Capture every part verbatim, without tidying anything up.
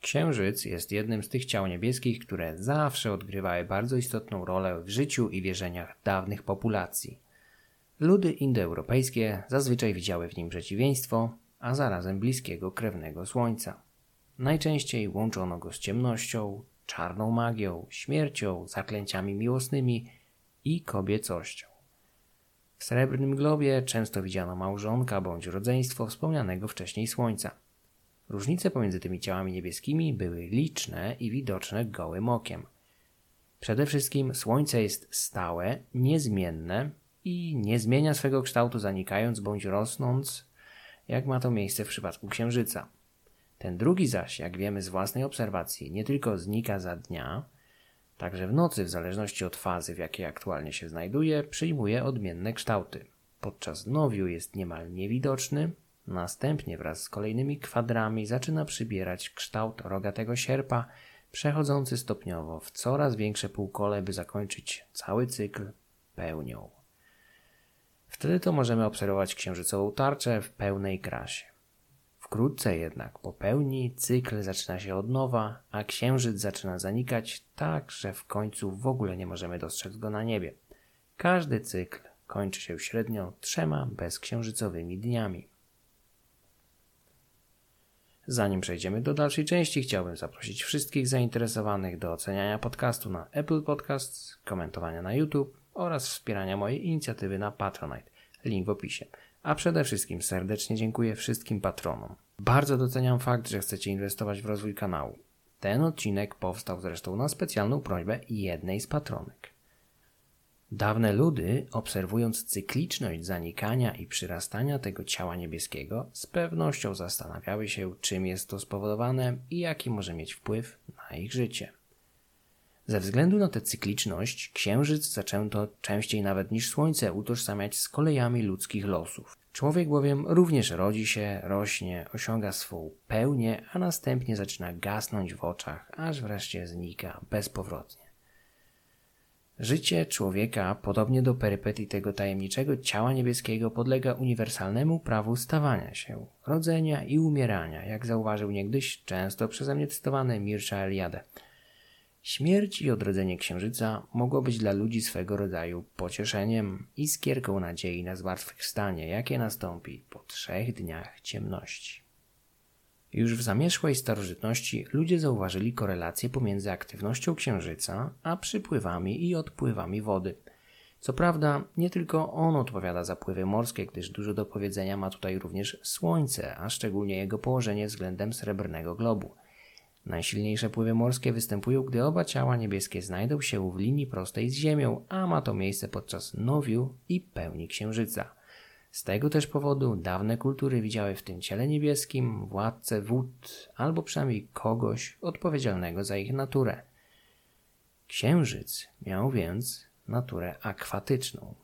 Księżyc jest jednym z tych ciał niebieskich, które zawsze odgrywały bardzo istotną rolę w życiu i wierzeniach dawnych populacji. Ludy indoeuropejskie zazwyczaj widziały w nim przeciwieństwo, a zarazem bliskiego krewnego Słońca. Najczęściej łączono go z ciemnością, czarną magią, śmiercią, zaklęciami miłosnymi i kobiecością. W srebrnym globie często widziano małżonka bądź rodzeństwo wspomnianego wcześniej Słońca. Różnice pomiędzy tymi ciałami niebieskimi były liczne i widoczne gołym okiem. Przede wszystkim Słońce jest stałe, niezmienne i nie zmienia swego kształtu zanikając bądź rosnąc, jak ma to miejsce w przypadku Księżyca. Ten drugi zaś, jak wiemy z własnej obserwacji, nie tylko znika za dnia, także w nocy, w zależności od fazy, w jakiej aktualnie się znajduje, przyjmuje odmienne kształty. Podczas nowiu jest niemal niewidoczny, następnie wraz z kolejnymi kwadrami zaczyna przybierać kształt rogatego sierpa, przechodzący stopniowo w coraz większe półkole, by zakończyć cały cykl pełnią. Wtedy to możemy obserwować księżycową tarczę w pełnej krasie. Wkrótce jednak po pełni cykl zaczyna się od nowa, a księżyc zaczyna zanikać tak, że w końcu w ogóle nie możemy dostrzec go na niebie. Każdy cykl kończy się średnio trzema bezksiężycowymi dniami. Zanim przejdziemy do dalszej części, chciałbym zaprosić wszystkich zainteresowanych do oceniania podcastu na Apple Podcasts, komentowania na YouTube oraz wspierania mojej inicjatywy na Patronite. Link w opisie. A przede wszystkim serdecznie dziękuję wszystkim patronom. Bardzo doceniam fakt, że chcecie inwestować w rozwój kanału. Ten odcinek powstał zresztą na specjalną prośbę jednej z patronek. Dawne ludy, obserwując cykliczność zanikania i przyrastania tego ciała niebieskiego, z pewnością zastanawiały się, czym jest to spowodowane i jaki może mieć wpływ na ich życie. Ze względu na tę cykliczność, księżyc zaczęto częściej nawet niż słońce utożsamiać z kolejami ludzkich losów. Człowiek bowiem również rodzi się, rośnie, osiąga swą pełnię, a następnie zaczyna gasnąć w oczach, aż wreszcie znika bezpowrotnie. Życie człowieka, podobnie do perypetii tego tajemniczego ciała niebieskiego, podlega uniwersalnemu prawu stawania się, rodzenia i umierania, jak zauważył niegdyś często przeze mnie cytowany Mirsza Eliade. Śmierć i odrodzenie księżyca mogło być dla ludzi swego rodzaju pocieszeniem, iskierką nadziei na zmartwychwstanie, jakie nastąpi po trzech dniach ciemności. Już w zamierzchłej starożytności ludzie zauważyli korelację pomiędzy aktywnością księżyca a przypływami i odpływami wody. Co prawda, nie tylko on odpowiada za pływy morskie, gdyż dużo do powiedzenia ma tutaj również Słońce, a szczególnie jego położenie względem srebrnego globu. Najsilniejsze pływy morskie występują, gdy oba ciała niebieskie znajdą się w linii prostej z Ziemią, a ma to miejsce podczas nowiu i pełni księżyca. Z tego też powodu dawne kultury widziały w tym ciele niebieskim władcę wód, albo przynajmniej kogoś odpowiedzialnego za ich naturę. Księżyc miał więc naturę akwatyczną.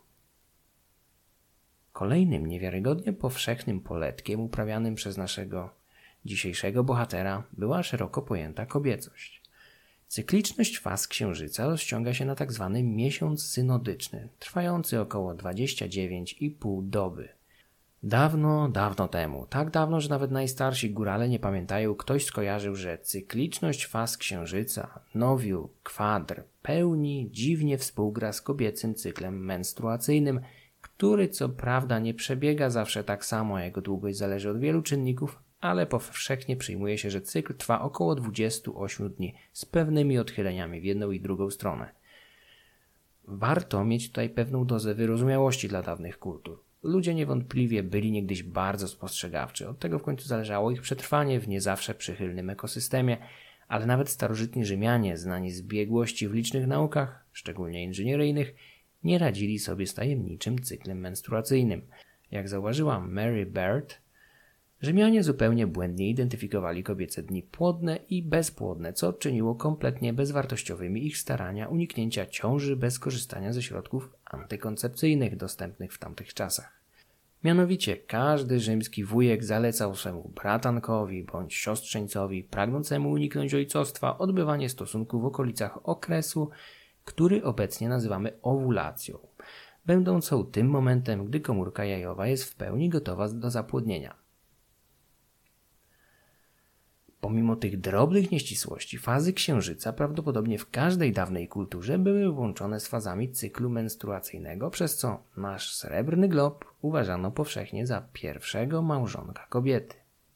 Kolejnym niewiarygodnie powszechnym poletkiem uprawianym przez naszego dzisiejszego bohatera była szeroko pojęta kobiecość. Cykliczność faz księżyca rozciąga się na tzw. miesiąc synodyczny, trwający około dwadzieścia dziewięć i pół doby. Dawno, dawno temu, tak dawno, że nawet najstarsi górale nie pamiętają, ktoś skojarzył, że cykliczność faz księżyca, nowiu, kwadr, pełni dziwnie współgra z kobiecym cyklem menstruacyjnym, który co prawda nie przebiega zawsze tak samo, a jego długość zależy od wielu czynników, ale powszechnie przyjmuje się, że cykl trwa około dwadzieścia osiem dni z pewnymi odchyleniami w jedną i drugą stronę. Warto mieć tutaj pewną dozę wyrozumiałości dla dawnych kultur. Ludzie niewątpliwie byli niegdyś bardzo spostrzegawczy, od tego w końcu zależało ich przetrwanie w nie zawsze przychylnym ekosystemie, ale nawet starożytni Rzymianie, znani z biegłości w licznych naukach, szczególnie inżynieryjnych, nie radzili sobie z tajemniczym cyklem menstruacyjnym. Jak zauważyła Mary Baird, Rzymianie zupełnie błędnie identyfikowali kobiece dni płodne i bezpłodne, co czyniło kompletnie bezwartościowymi ich starania uniknięcia ciąży bez korzystania ze środków antykoncepcyjnych dostępnych w tamtych czasach. Mianowicie każdy rzymski wujek zalecał swemu bratankowi bądź siostrzeńcowi pragnącemu uniknąć ojcostwa odbywanie stosunku w okolicach okresu, który obecnie nazywamy owulacją, będącą tym momentem, gdy komórka jajowa jest w pełni gotowa do zapłodnienia. Pomimo tych drobnych nieścisłości, fazy księżyca prawdopodobnie w każdej dawnej kulturze były łączone z fazami cyklu menstruacyjnego, przez co nasz srebrny glob uważano powszechnie za pierwszego małżonka kobiety.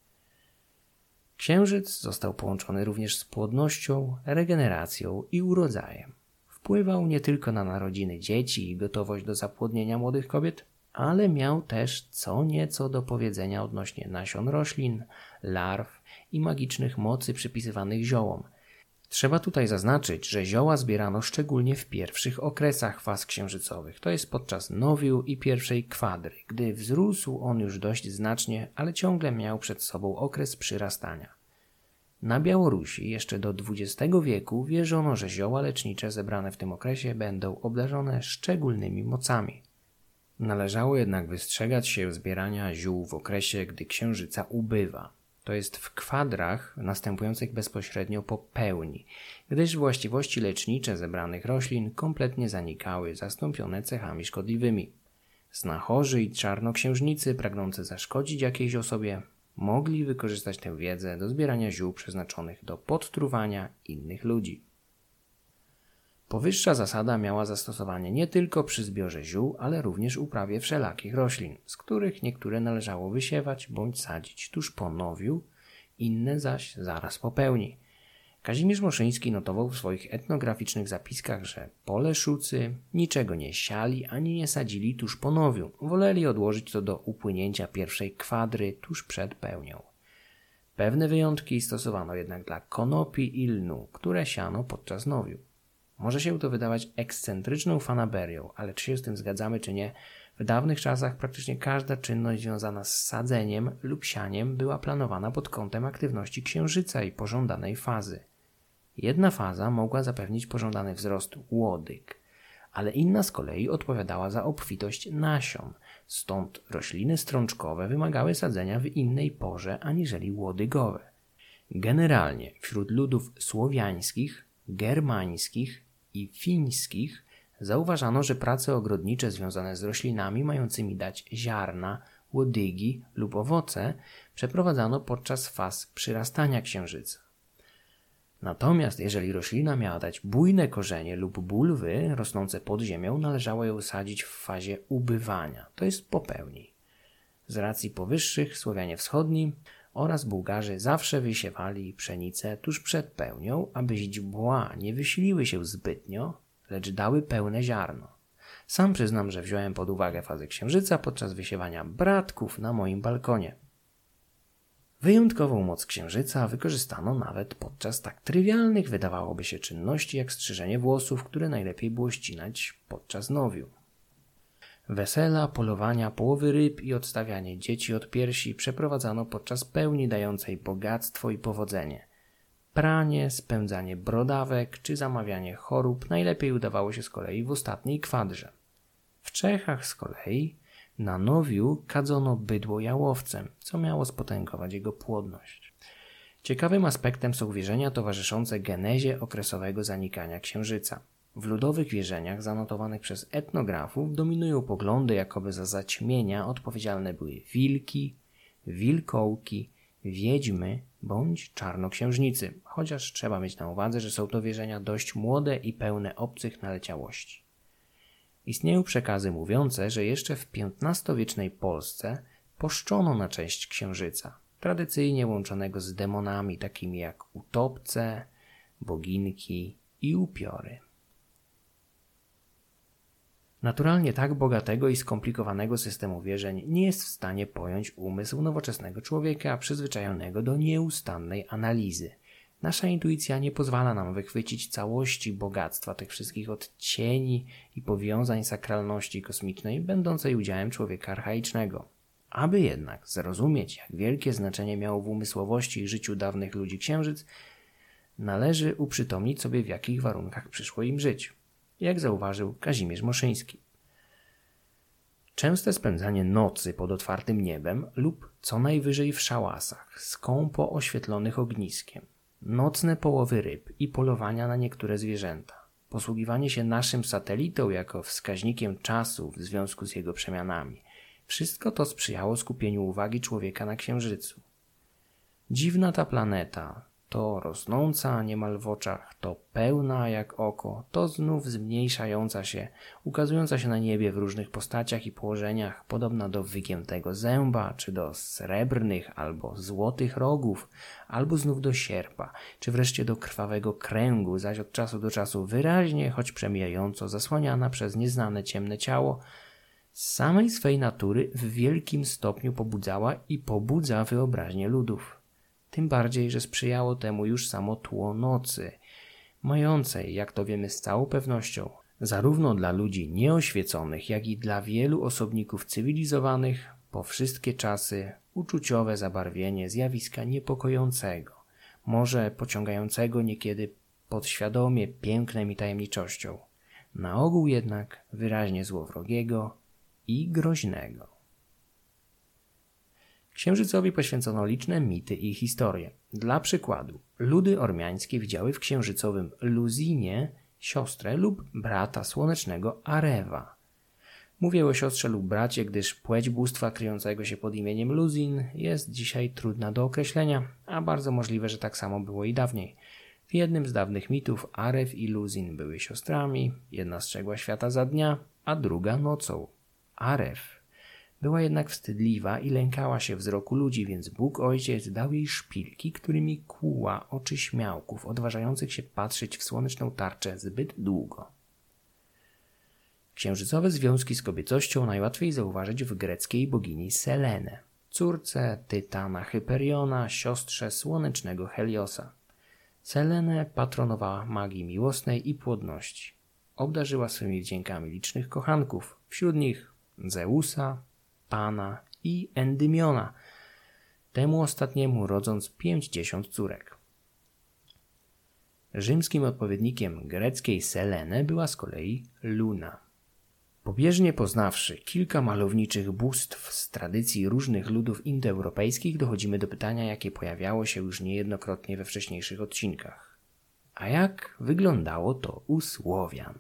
Księżyc został połączony również z płodnością, regeneracją i urodzajem. Wpływał nie tylko na narodziny dzieci i gotowość do zapłodnienia młodych kobiet, ale miał też co nieco do powiedzenia odnośnie nasion roślin, larw i magicznych mocy przypisywanych ziołom. Trzeba tutaj zaznaczyć, że zioła zbierano szczególnie w pierwszych okresach faz księżycowych, to jest podczas nowiu i pierwszej kwadry, gdy wzrósł on już dość znacznie, ale ciągle miał przed sobą okres przyrastania. Na Białorusi jeszcze do dwudziestego wieku wierzono, że zioła lecznicze zebrane w tym okresie będą obdarzone szczególnymi mocami. Należało jednak wystrzegać się zbierania ziół w okresie, gdy księżyca ubywa, to jest w kwadrach następujących bezpośrednio po pełni, gdyż właściwości lecznicze zebranych roślin kompletnie zanikały, zastąpione cechami szkodliwymi. Znachorzy i czarnoksiężnicy pragnący zaszkodzić jakiejś osobie mogli wykorzystać tę wiedzę do zbierania ziół przeznaczonych do podtruwania innych ludzi. Powyższa zasada miała zastosowanie nie tylko przy zbiorze ziół, ale również uprawie wszelakich roślin, z których niektóre należało wysiewać bądź sadzić tuż po nowiu, inne zaś zaraz po pełni. Kazimierz Moszyński notował w swoich etnograficznych zapiskach, że Poleszucy niczego nie siali ani nie sadzili tuż po nowiu, woleli odłożyć to do upłynięcia pierwszej kwadry tuż przed pełnią. Pewne wyjątki stosowano jednak dla konopi i lnu, które siano podczas nowiu. Może się to wydawać ekscentryczną fanaberią, ale czy się z tym zgadzamy, czy nie, w dawnych czasach praktycznie każda czynność związana z sadzeniem lub sianiem była planowana pod kątem aktywności księżyca i pożądanej fazy. Jedna faza mogła zapewnić pożądany wzrost łodyg, ale inna z kolei odpowiadała za obfitość nasion, stąd rośliny strączkowe wymagały sadzenia w innej porze aniżeli łodygowe. Generalnie wśród ludów słowiańskich, germańskich i fińskich zauważano, że prace ogrodnicze związane z roślinami mającymi dać ziarna, łodygi lub owoce przeprowadzano podczas faz przyrastania księżyca. Natomiast jeżeli roślina miała dać bujne korzenie lub bulwy rosnące pod ziemią, należało ją sadzić w fazie ubywania, to jest po pełni. Z racji powyższych Słowianie wschodni oraz Bułgarzy zawsze wysiewali pszenicę tuż przed pełnią, aby źdźbła nie wysiliły się zbytnio, lecz dały pełne ziarno. Sam przyznam, że wziąłem pod uwagę fazę księżyca podczas wysiewania bratków na moim balkonie. Wyjątkową moc księżyca wykorzystano nawet podczas tak trywialnych, wydawałoby się, czynności jak strzyżenie włosów, które najlepiej było ścinać podczas nowiu. Wesela, polowania, połowy ryb i odstawianie dzieci od piersi przeprowadzano podczas pełni dającej bogactwo i powodzenie. Pranie, spędzanie brodawek czy zamawianie chorób najlepiej udawało się z kolei w ostatniej kwadrze. W Czechach z kolei na nowiu kadzono bydło jałowcem, co miało spotęgować jego płodność. Ciekawym aspektem są wierzenia towarzyszące genezie okresowego zanikania księżyca. W ludowych wierzeniach zanotowanych przez etnografów dominują poglądy, jakoby za zaćmienia odpowiedzialne były wilki, wilkołki, wiedźmy bądź czarnoksiężnicy, chociaż trzeba mieć na uwadze, że są to wierzenia dość młode i pełne obcych naleciałości. Istnieją przekazy mówiące, że jeszcze w piętnastowiecznej Polsce poszczono na cześć księżyca, tradycyjnie łączonego z demonami takimi jak utopce, boginki i upiory. Naturalnie tak bogatego i skomplikowanego systemu wierzeń nie jest w stanie pojąć umysł nowoczesnego człowieka przyzwyczajonego do nieustannej analizy. Nasza intuicja nie pozwala nam wychwycić całości bogactwa tych wszystkich odcieni i powiązań sakralności kosmicznej będącej udziałem człowieka archaicznego. Aby jednak zrozumieć, jak wielkie znaczenie miało w umysłowości i życiu dawnych ludzi księżyc, należy uprzytomnić sobie, w jakich warunkach przyszło im żyć. Jak zauważył Kazimierz Moszyński. Częste spędzanie nocy pod otwartym niebem lub co najwyżej w szałasach, skąpo oświetlonych ogniskiem, nocne połowy ryb i polowania na niektóre zwierzęta, posługiwanie się naszym satelitą jako wskaźnikiem czasu w związku z jego przemianami, wszystko to sprzyjało skupieniu uwagi człowieka na księżycu. Dziwna ta planeta, to rosnąca niemal w oczach, to pełna jak oko, to znów zmniejszająca się, ukazująca się na niebie w różnych postaciach i położeniach, podobna do wygiętego zęba, czy do srebrnych albo złotych rogów, albo znów do sierpa, czy wreszcie do krwawego kręgu, zaś od czasu do czasu wyraźnie, choć przemijająco zasłaniana przez nieznane ciemne ciało, z samej swej natury w wielkim stopniu pobudzała i pobudza wyobraźnię ludów. Tym bardziej, że sprzyjało temu już samo tło nocy, mającej, jak to wiemy z całą pewnością, zarówno dla ludzi nieoświeconych, jak i dla wielu osobników cywilizowanych, po wszystkie czasy uczuciowe zabarwienie zjawiska niepokojącego, może pociągającego niekiedy podświadomie pięknem i tajemniczością, na ogół jednak wyraźnie złowrogiego i groźnego. Księżycowi poświęcono liczne mity i historie. Dla przykładu, ludy ormiańskie widziały w księżycowym Luzinie siostrę lub brata słonecznego Arewa. Mówię o siostrze lub bracie, gdyż płeć bóstwa kryjącego się pod imieniem Luzin jest dzisiaj trudna do określenia, a bardzo możliwe, że tak samo było i dawniej. W jednym z dawnych mitów Arew i Luzin były siostrami, jedna strzegła świata za dnia, a druga nocą. Arew była jednak wstydliwa i lękała się wzroku ludzi, więc Bóg Ojciec dał jej szpilki, którymi kłuła oczy śmiałków odważających się patrzeć w słoneczną tarczę zbyt długo. Księżycowe związki z kobiecością najłatwiej zauważyć w greckiej bogini Selene, córce Tytana Hyperiona, siostrze słonecznego Heliosa. Selene patronowała magii miłosnej i płodności. Obdarzyła swymi wdziękami licznych kochanków, wśród nich Zeusa, Pana i Endymiona, temu ostatniemu rodząc pięćdziesiąt córek. Rzymskim odpowiednikiem greckiej Selene była z kolei Luna. Pobieżnie poznawszy kilka malowniczych bóstw z tradycji różnych ludów indoeuropejskich, dochodzimy do pytania, jakie pojawiało się już niejednokrotnie we wcześniejszych odcinkach. A jak wyglądało to u Słowian?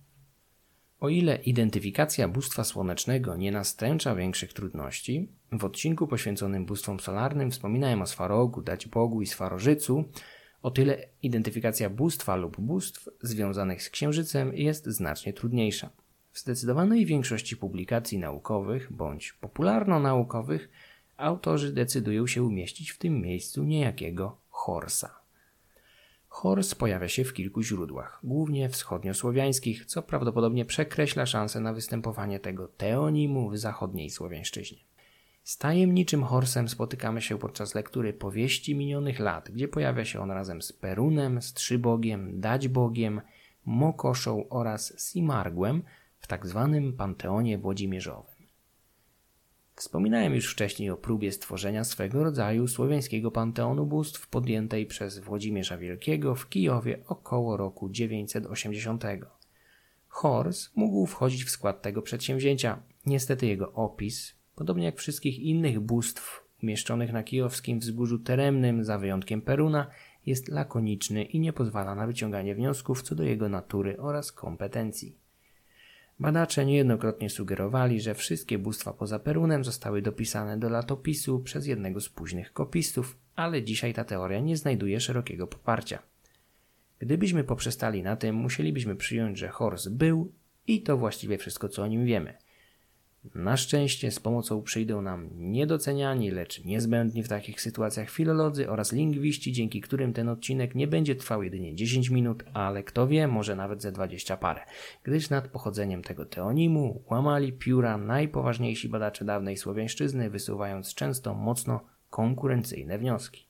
O ile identyfikacja bóstwa słonecznego nie nastręcza większych trudności, w odcinku poświęconym bóstwom solarnym wspominałem o Swarogu, Daćbogu i Swarożycu, o tyle identyfikacja bóstwa lub bóstw związanych z Księżycem jest znacznie trudniejsza. W zdecydowanej większości publikacji naukowych bądź popularno-naukowych autorzy decydują się umieścić w tym miejscu niejakiego Horsa. Hors pojawia się w kilku źródłach, głównie wschodniosłowiańskich, co prawdopodobnie przekreśla szanse na występowanie tego teonimu w zachodniej słowiańszczyźnie. Z tajemniczym Horsem spotykamy się podczas lektury powieści minionych lat, gdzie pojawia się on razem z Perunem, Strzybogiem, Daćbogiem, Mokoszą oraz Simargłem w tak zwanym Panteonie Włodzimierzowym. Wspominałem już wcześniej o próbie stworzenia swego rodzaju słowiańskiego panteonu bóstw podjętej przez Włodzimierza Wielkiego w Kijowie około roku dziewięćset osiemdziesiątego. Hors mógł wchodzić w skład tego przedsięwzięcia. Niestety jego opis, podobnie jak wszystkich innych bóstw umieszczonych na kijowskim wzgórzu teremnym za wyjątkiem Peruna, jest lakoniczny i nie pozwala na wyciąganie wniosków co do jego natury oraz kompetencji. Badacze niejednokrotnie sugerowali, że wszystkie bóstwa poza Perunem zostały dopisane do latopisu przez jednego z późnych kopistów, ale dzisiaj ta teoria nie znajduje szerokiego poparcia. Gdybyśmy poprzestali na tym, musielibyśmy przyjąć, że Hors był i to właściwie wszystko, co o nim wiemy. Na szczęście z pomocą przyjdą nam niedoceniani, lecz niezbędni w takich sytuacjach filolodzy oraz lingwiści, dzięki którym ten odcinek nie będzie trwał jedynie dziesięć minut, ale kto wie, może nawet ze dwadzieścia parę, gdyż nad pochodzeniem tego teonimu łamali pióra najpoważniejsi badacze dawnej słowiańszczyzny, wysuwając często mocno konkurencyjne wnioski.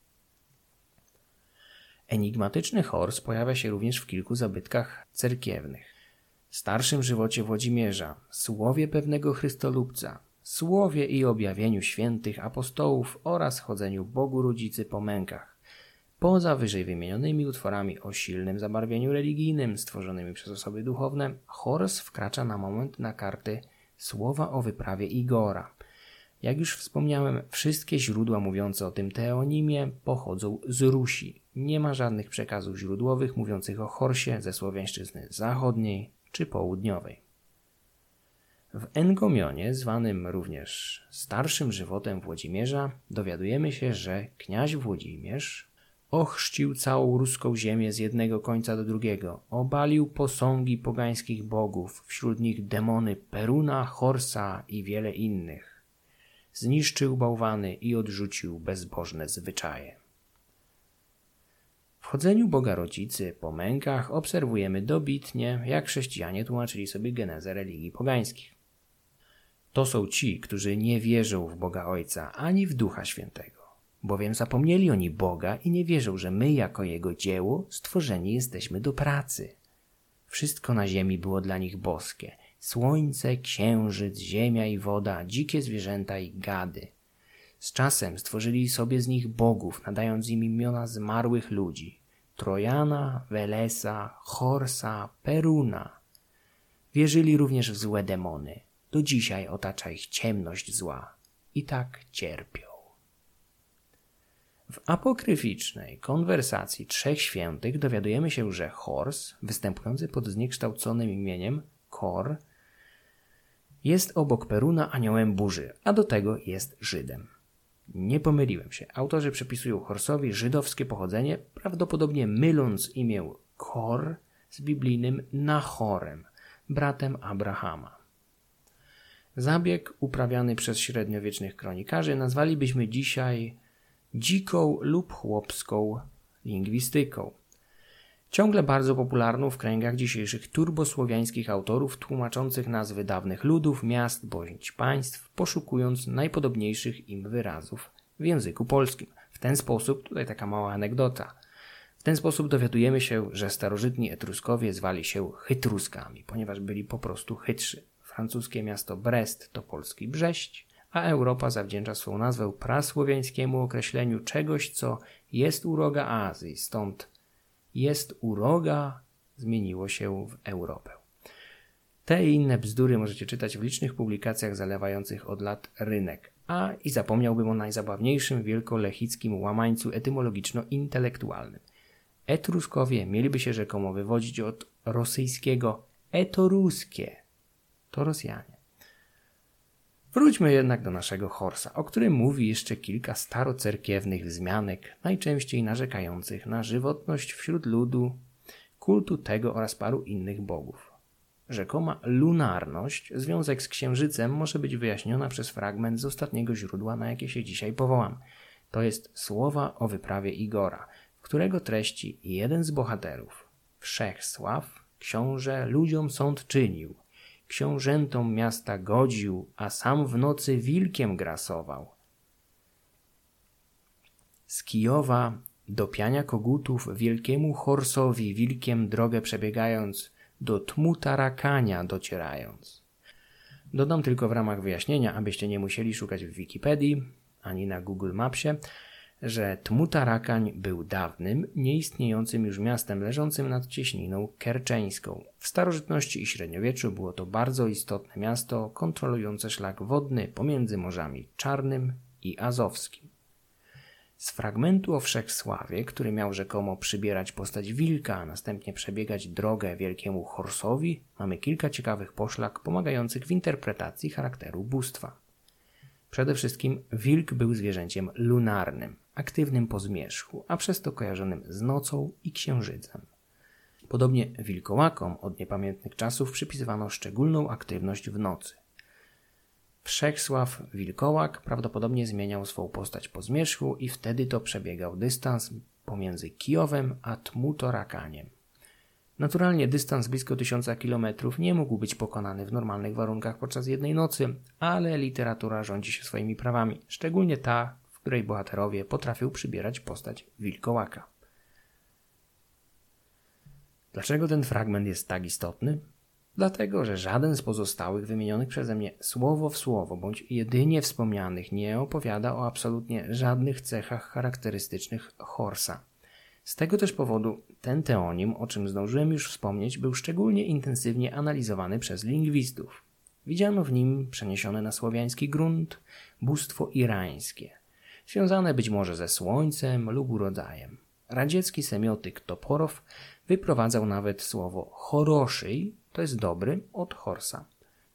Enigmatyczny Hors pojawia się również w kilku zabytkach cerkiewnych. Starszym żywocie Włodzimierza, słowie pewnego Chrystolubca, słowie i objawieniu świętych apostołów oraz chodzeniu Bogu Rodzicy po mękach. Poza wyżej wymienionymi utworami o silnym zabarwieniu religijnym stworzonymi przez osoby duchowne, Hors wkracza na moment na karty słowa o wyprawie Igora. Jak już wspomniałem, wszystkie źródła mówiące o tym teonimie pochodzą z Rusi. Nie ma żadnych przekazów źródłowych mówiących o Horsie ze słowiańszczyzny zachodniej czy południowej. W Engomionie, zwanym również starszym żywotem Włodzimierza, dowiadujemy się, że kniaź Włodzimierz ochrzcił całą ruską ziemię z jednego końca do drugiego, obalił posągi pogańskich bogów, wśród nich demony Peruna, Horsa i wiele innych. Zniszczył bałwany i odrzucił bezbożne zwyczaje. W chodzeniu Boga Rodzicy po mękach obserwujemy dobitnie, jak chrześcijanie tłumaczyli sobie genezę religii pogańskich. To są ci, którzy nie wierzą w Boga Ojca ani w Ducha Świętego, bowiem zapomnieli oni Boga i nie wierzą, że my jako Jego dzieło stworzeni jesteśmy do pracy. Wszystko na ziemi było dla nich boskie. Słońce, księżyc, ziemia i woda, dzikie zwierzęta i gady. Z czasem stworzyli sobie z nich bogów, nadając im imiona zmarłych ludzi. Trojana, Welesa, Horsa, Peruna. Wierzyli również w złe demony. Do dzisiaj otacza ich ciemność zła. I tak cierpią. W apokryficznej konwersacji trzech świętych dowiadujemy się, że Hors, występujący pod zniekształconym imieniem Kor, jest obok Peruna aniołem burzy, a do tego jest Żydem. Nie pomyliłem się. Autorzy przypisują Horsowi żydowskie pochodzenie, prawdopodobnie myląc imię Kor z biblijnym Nahorem, bratem Abrahama. Zabieg uprawiany przez średniowiecznych kronikarzy nazwalibyśmy dzisiaj dziką lub chłopską lingwistyką. Ciągle bardzo popularną w kręgach dzisiejszych turbosłowiańskich autorów tłumaczących nazwy dawnych ludów, miast bądź państw, poszukując najpodobniejszych im wyrazów w języku polskim. W ten sposób, tutaj taka mała anegdota, w ten sposób dowiadujemy się, że starożytni Etruskowie zwali się Chytruskami, ponieważ byli po prostu chytrzy. Francuskie miasto Brest to polski Brześć, a Europa zawdzięcza swą nazwę prasłowiańskiemu określeniu czegoś, co jest u roga Azji, stąd jest uroga zmieniło się w Europę. Te i inne bzdury możecie czytać w licznych publikacjach zalewających od lat rynek. A i zapomniałbym o najzabawniejszym wielkolechickim łamańcu etymologiczno-intelektualnym. Etruskowie mieliby się rzekomo wywodzić od rosyjskiego etoruskie. To Rosjanie. Wróćmy jednak do naszego Horsa, o którym mówi jeszcze kilka starocerkiewnych wzmianek, najczęściej narzekających na żywotność wśród ludu, kultu tego oraz paru innych bogów. Rzekoma lunarność, związek z księżycem, może być wyjaśniona przez fragment z ostatniego źródła, na jakie się dzisiaj powołam. To jest słowa o wyprawie Igora, w którego treści jeden z bohaterów, Wszechsław, książę, ludziom sąd czynił, książętom miasta godził, a sam w nocy wilkiem grasował. Z Kijowa do piania kogutów wielkiemu Horsowi wilkiem drogę przebiegając, do Tmutarakania docierając. Dodam tylko w ramach wyjaśnienia, abyście nie musieli szukać w Wikipedii ani na Google Mapsie, że Tmutarakań był dawnym, nieistniejącym już miastem leżącym nad cieśniną kerczeńską. W starożytności i średniowieczu było to bardzo istotne miasto kontrolujące szlak wodny pomiędzy Morzami Czarnym i Azowskim. Z fragmentu o Wszechsławie, który miał rzekomo przybierać postać wilka, a następnie przebiegać drogę wielkiemu Horsowi, mamy kilka ciekawych poszlak pomagających w interpretacji charakteru bóstwa. Przede wszystkim wilk był zwierzęciem lunarnym, aktywnym po zmierzchu, a przez to kojarzonym z nocą i księżycem. Podobnie wilkołakom od niepamiętnych czasów przypisywano szczególną aktywność w nocy. Wszechsław Wilkołak prawdopodobnie zmieniał swą postać po zmierzchu i wtedy to przebiegał dystans pomiędzy Kijowem a Tmutarakaniem. Naturalnie dystans blisko tysiąca kilometrów nie mógł być pokonany w normalnych warunkach podczas jednej nocy, ale literatura rządzi się swoimi prawami, szczególnie ta, w której bohaterowie potrafią przybierać postać wilkołaka. Dlaczego ten fragment jest tak istotny? Dlatego, że żaden z pozostałych wymienionych przeze mnie słowo w słowo, bądź jedynie wspomnianych, nie opowiada o absolutnie żadnych cechach charakterystycznych Horsa. Z tego też powodu ten teonim, o czym zdążyłem już wspomnieć, był szczególnie intensywnie analizowany przez lingwistów. Widziano w nim przeniesione na słowiański grunt bóstwo irańskie, związane być może ze słońcem lub urodzajem. Radziecki semiotyk Toporow wyprowadzał nawet słowo choroszyj, to jest dobry, od Horsa.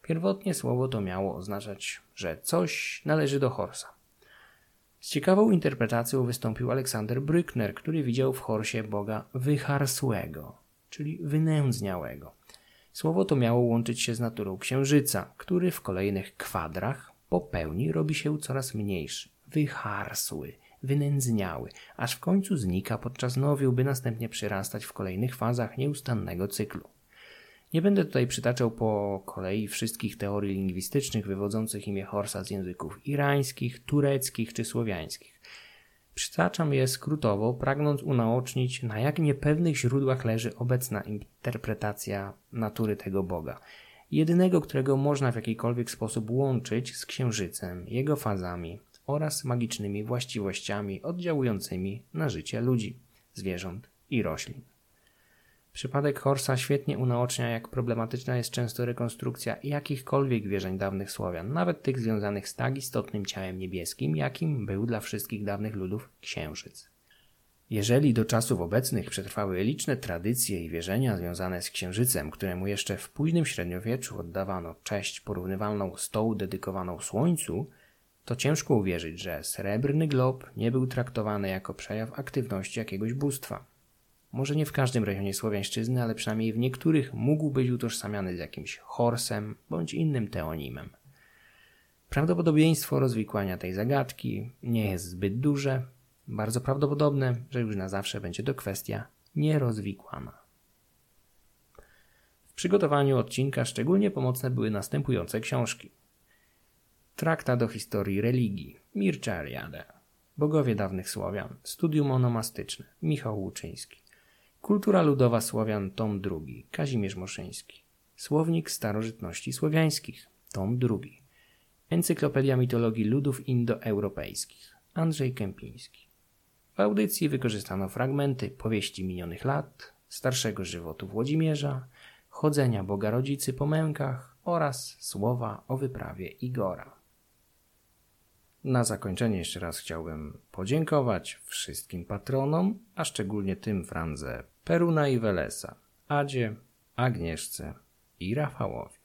Pierwotnie słowo to miało oznaczać, że coś należy do Horsa. Z ciekawą interpretacją wystąpił Aleksander Brückner, który widział w Horsie boga wycharsłego, czyli wynędzniałego. Słowo to miało łączyć się z naturą księżyca, który w kolejnych kwadrach po pełni robi się coraz mniejszy, wycharsły, wynędzniały, aż w końcu znika podczas nowiu, by następnie przyrastać w kolejnych fazach nieustannego cyklu. Nie będę tutaj przytaczał po kolei wszystkich teorii lingwistycznych wywodzących imię Horsa z języków irańskich, tureckich czy słowiańskich. Przytaczam je skrótowo, pragnąc unaocznić, na jak niepewnych źródłach leży obecna interpretacja natury tego Boga. Jedynego, którego można w jakikolwiek sposób łączyć z księżycem, jego fazami oraz magicznymi właściwościami oddziałującymi na życie ludzi, zwierząt i roślin. Przypadek Horsa świetnie unaocznia, jak problematyczna jest często rekonstrukcja jakichkolwiek wierzeń dawnych Słowian, nawet tych związanych z tak istotnym ciałem niebieskim, jakim był dla wszystkich dawnych ludów księżyc. Jeżeli do czasów obecnych przetrwały liczne tradycje i wierzenia związane z księżycem, któremu jeszcze w późnym średniowieczu oddawano cześć porównywalną z tą dedykowaną Słońcu, to ciężko uwierzyć, że srebrny glob nie był traktowany jako przejaw aktywności jakiegoś bóstwa. Może nie w każdym rejonie słowiańszczyzny, ale przynajmniej w niektórych mógł być utożsamiany z jakimś Horsem bądź innym teonimem. Prawdopodobieństwo rozwikłania tej zagadki nie jest zbyt duże. Bardzo prawdopodobne, że już na zawsze będzie to kwestia nierozwikłana. W przygotowaniu odcinka szczególnie pomocne były następujące książki. Traktat o historii religii, Mircea Eliade. Bogowie dawnych Słowian, studium onomastyczne, Michał Łuczyński. Kultura ludowa Słowian, tom drugi, Kazimierz Moszyński. Słownik starożytności słowiańskich, tom drugi. Encyklopedia mitologii ludów indoeuropejskich, Andrzej Kępiński. W audycji wykorzystano fragmenty powieści minionych lat, starszego żywotu Włodzimierza, chodzenia Boga Rodzicy po mękach oraz słowa o wyprawie Igora. Na zakończenie jeszcze raz chciałbym podziękować wszystkim patronom, a szczególnie tym w randze Peruna i Welesa, Adzie, Agnieszce i Rafałowi.